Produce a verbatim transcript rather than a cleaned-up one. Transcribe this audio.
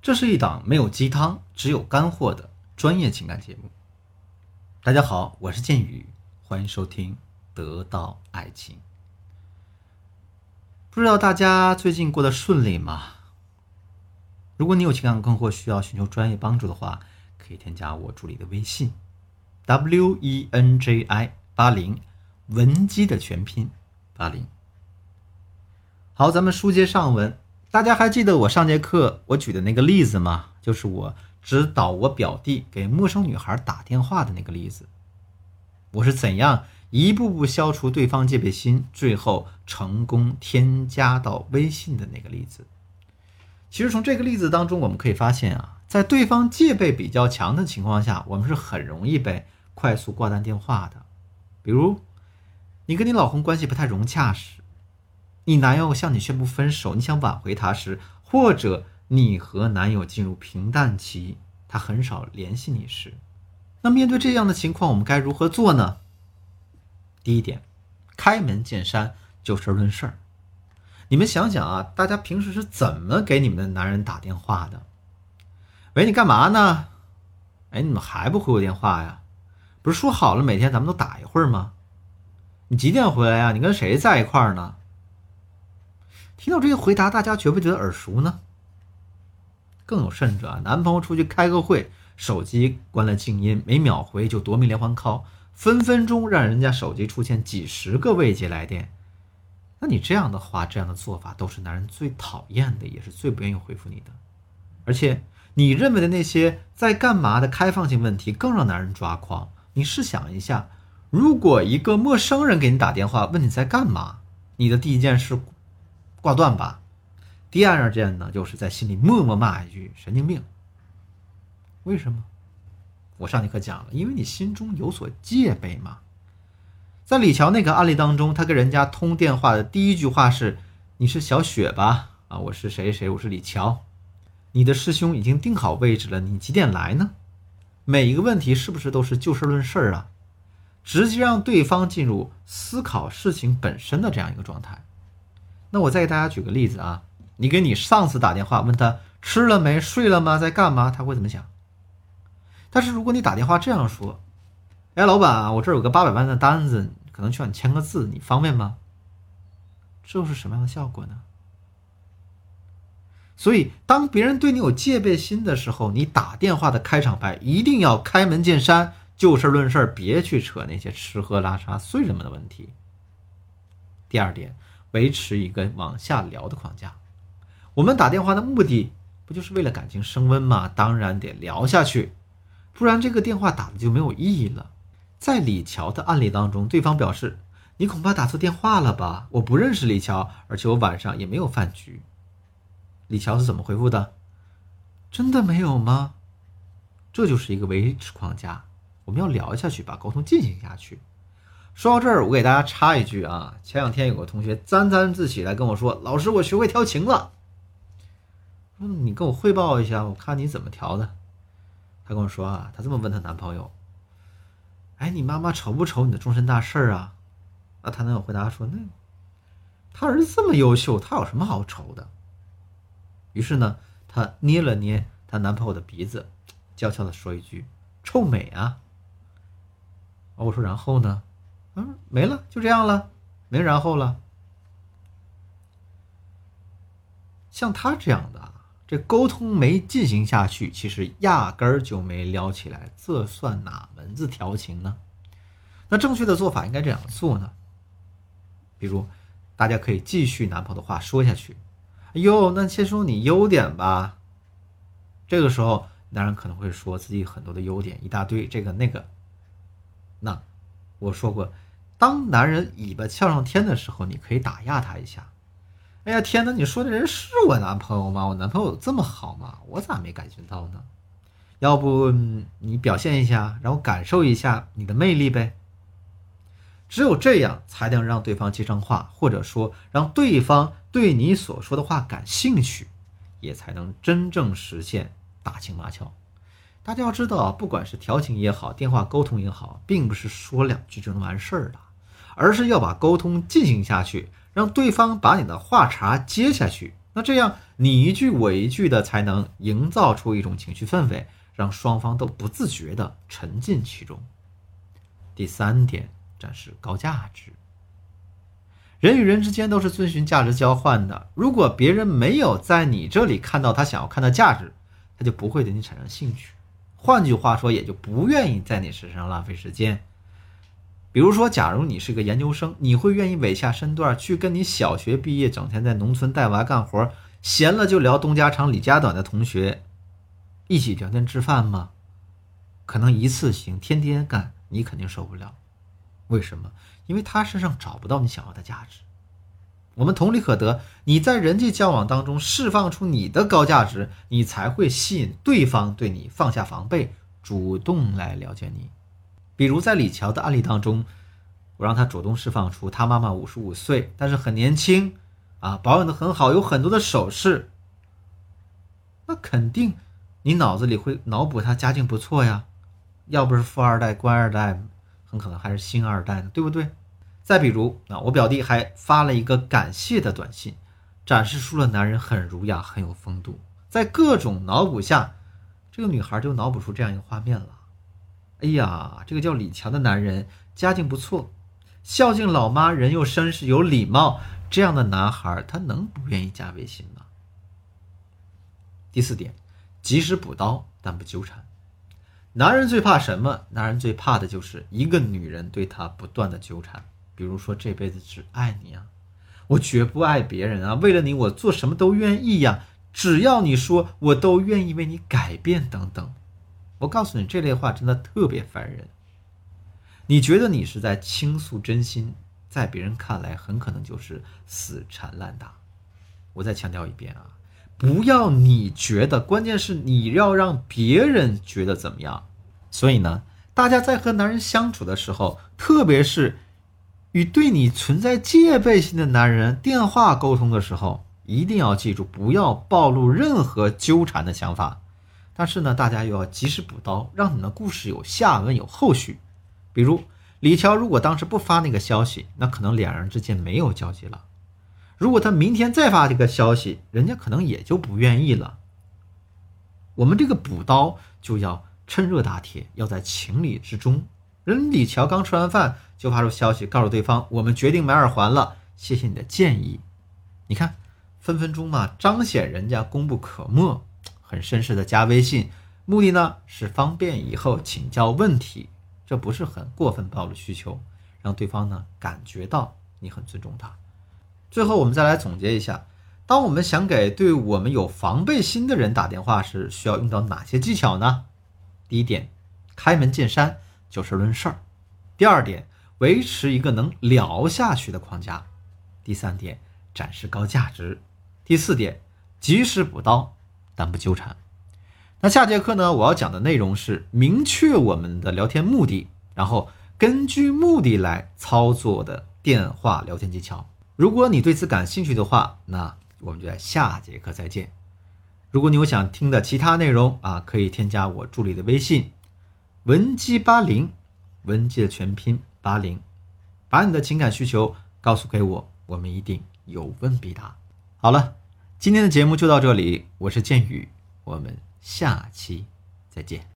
这是一档没有鸡汤，只有干货的专业情感节目。大家好，我是建宇，欢迎收听得到爱情。不知道大家最近过得顺利吗？如果你有情感困惑需要寻求专业帮助的话，可以添加我助理的微信 W E N J I 八零，文姬的全拼八零。好，咱们书接上文。大家还记得我上节课我举的那个例子吗？就是我指导我表弟给陌生女孩打电话的那个例子。我是怎样一步步消除对方戒备心，最后成功添加到微信的那个例子。其实从这个例子当中我们可以发现啊，在对方戒备比较强的情况下，我们是很容易被快速挂断电话的。比如你跟你老公关系不太融洽时，你男友向你宣布分手，你想挽回他时，或者你和男友进入平淡期，他很少联系你时，那面对这样的情况，我们该如何做呢？第一点，开门见山，就事论事儿。你们想想啊，大家平时是怎么给你们的男人打电话的？喂，你干嘛呢？哎，你们还不回我电话呀？不是说好了每天咱们都打一会儿吗？你几点回来呀？你跟谁在一块儿呢？听到这些回答，大家觉不觉得耳熟呢？更有甚者啊，男朋友出去开个会，手机关了静音，没秒回就夺命连环 call， 分分钟让人家手机出现几十个未接来电。那你这样的话，这样的做法都是男人最讨厌的，也是最不愿意回复你的。而且你认为的那些在干嘛的开放性问题更让男人抓狂。你试想一下，如果一个陌生人给你打电话问你在干嘛，你的第一件事挂断吧。第二件呢，就是在心里默默骂一句神经病。为什么？我上节课讲了，因为你心中有所戒备嘛。在李乔那个案例当中，他跟人家通电话的第一句话是，你是小雪吧？啊，我是谁谁，我是李乔。你的师兄已经定好位置了，你几点来呢？每一个问题是不是都是就事论事啊？直接让对方进入思考事情本身的这样一个状态。那我再给大家举个例子啊，你给你上司打电话问他吃了没，睡了吗，在干嘛，他会怎么想？但是如果你打电话这样说，哎，老板，我这儿有个八百万的单子，可能需要你签个字，你方便吗？这又是什么样的效果呢？所以当别人对你有戒备心的时候，你打电话的开场白一定要开门见山，就事论事，别去扯那些吃喝拉撒睡人们的问题。第二点，维持一个往下聊的框架。我们打电话的目的不就是为了感情升温吗？当然得聊下去，不然这个电话打的就没有意义了。在李乔的案例当中，对方表示，你恐怕打错电话了吧，我不认识李乔，而且我晚上也没有饭局。李乔是怎么回复的？真的没有吗？这就是一个维持框架，我们要聊下去，把沟通进行下去。说到这儿，我给大家插一句啊，前两天有个同学沾沾自喜来跟我说，老师，我学会调情了。你跟我汇报一下，我看你怎么调的。他跟我说啊，他这么问他男朋友，哎，你妈妈愁不愁你的终身大事啊？啊，他男友回答说，那他儿子这么优秀，他有什么好愁的？于是呢，他捏了捏他男朋友的鼻子，娇俏的说一句，臭美啊。我说然后呢？嗯，没了，就这样了，没然后了。像他这样的啊，这沟通没进行下去，其实压根儿就没聊起来，这算哪门子调情呢？那正确的做法应该这样做呢？比如，大家可以继续男朋友的话说下去。哎呦，那先说你优点吧。这个时候，男人可能会说自己很多的优点，一大堆，这个那个。那我说过，当男人尾巴翘上天的时候，你可以打压他一下。哎呀，天哪，你说的人是我男朋友吗？我男朋友有这么好吗？我咋没感觉到呢？要不你表现一下，让我感受一下你的魅力呗。只有这样才能让对方接上话，或者说让对方对你所说的话感兴趣，也才能真正实现打情骂俏。大家要知道，不管是调情也好，电话沟通也好，并不是说两句就能完事儿的，而是要把沟通进行下去，让对方把你的话茬接下去， 那这样你一句我一句的，才能营造出一种情绪氛围，让双方都不自觉地沉浸其中。第三点，展示高价值。人与人之间都是遵循价值交换的，如果别人没有在你这里看到他想要看的价值，他就不会对你产生兴趣，换句话说，也就不愿意在你身上浪费时间。比如说，假如你是个研究生，你会愿意委下身段去跟你小学毕业整天在农村带娃干活，闲了就聊东家长李家短的同学一起聊天吃饭吗？可能一次行，天天干，你肯定受不了。为什么？因为他身上找不到你想要的价值。我们同理可得，你在人际交往当中释放出你的高价值，你才会吸引对方对你放下防备，主动来了解你。比如在李乔的案例当中，我让他主动释放出他妈妈五十五岁，但是很年轻啊，保养得很好，有很多的首饰。那肯定你脑子里会脑补他家境不错呀，要不是富二代官二代，很可能还是星二代呢，对不对？再比如啊，我表弟还发了一个感谢的短信，展示出了男人很儒雅很有风度。在各种脑补下，这个女孩就脑补出这样一个画面了。哎呀，这个叫李强的男人家境不错，孝敬老妈，人又绅士有礼貌，这样的男孩他能不愿意加微信吗？第四点，及时补刀但不纠缠。男人最怕什么？男人最怕的就是一个女人对他不断的纠缠。比如说，这辈子只爱你啊，我绝不爱别人啊，为了你我做什么都愿意呀，只要你说我都愿意为你改变等等。我告诉你，这类话真的特别烦人。你觉得你是在倾诉真心，在别人看来很可能就是死缠烂打。我再强调一遍啊，不要你觉得，关键是你要让别人觉得怎么样。所以呢，大家在和男人相处的时候，特别是与对你存在戒备心的男人电话沟通的时候，一定要记住，不要暴露任何纠缠的想法。但是呢，大家又要及时补刀，让你们的故事有下文有后续。比如李乔如果当时不发那个消息，那可能两人之间没有交集了。如果他明天再发这个消息，人家可能也就不愿意了。我们这个补刀就要趁热打铁，要在情理之中。人李乔刚吃完饭就发出消息告诉对方，我们决定买耳环了，谢谢你的建议。你看分分钟嘛，彰显人家功不可没，很绅士的加微信，目的呢是方便以后请教问题，这不是很过分暴露需求，让对方呢感觉到你很尊重他。最后我们再来总结一下，当我们想给对我们有防备心的人打电话时，需要用到哪些技巧呢？第一点，开门见山，就事论事儿。第二点，维持一个能聊下去的框架。第三点，展示高价值。第四点，及时补刀但不纠缠。那下节课呢，我要讲的内容是明确我们的聊天目的，然后根据目的来操作的电话聊天技巧。如果你对此感兴趣的话，那我们就在下节课再见。如果你有想听的其他内容啊，可以添加我助理的微信文姬八零，文姬的全拼八零，把你的情感需求告诉给我，我们一定有问必答。好了，今天的节目就到这里，我是建宇，我们下期再见。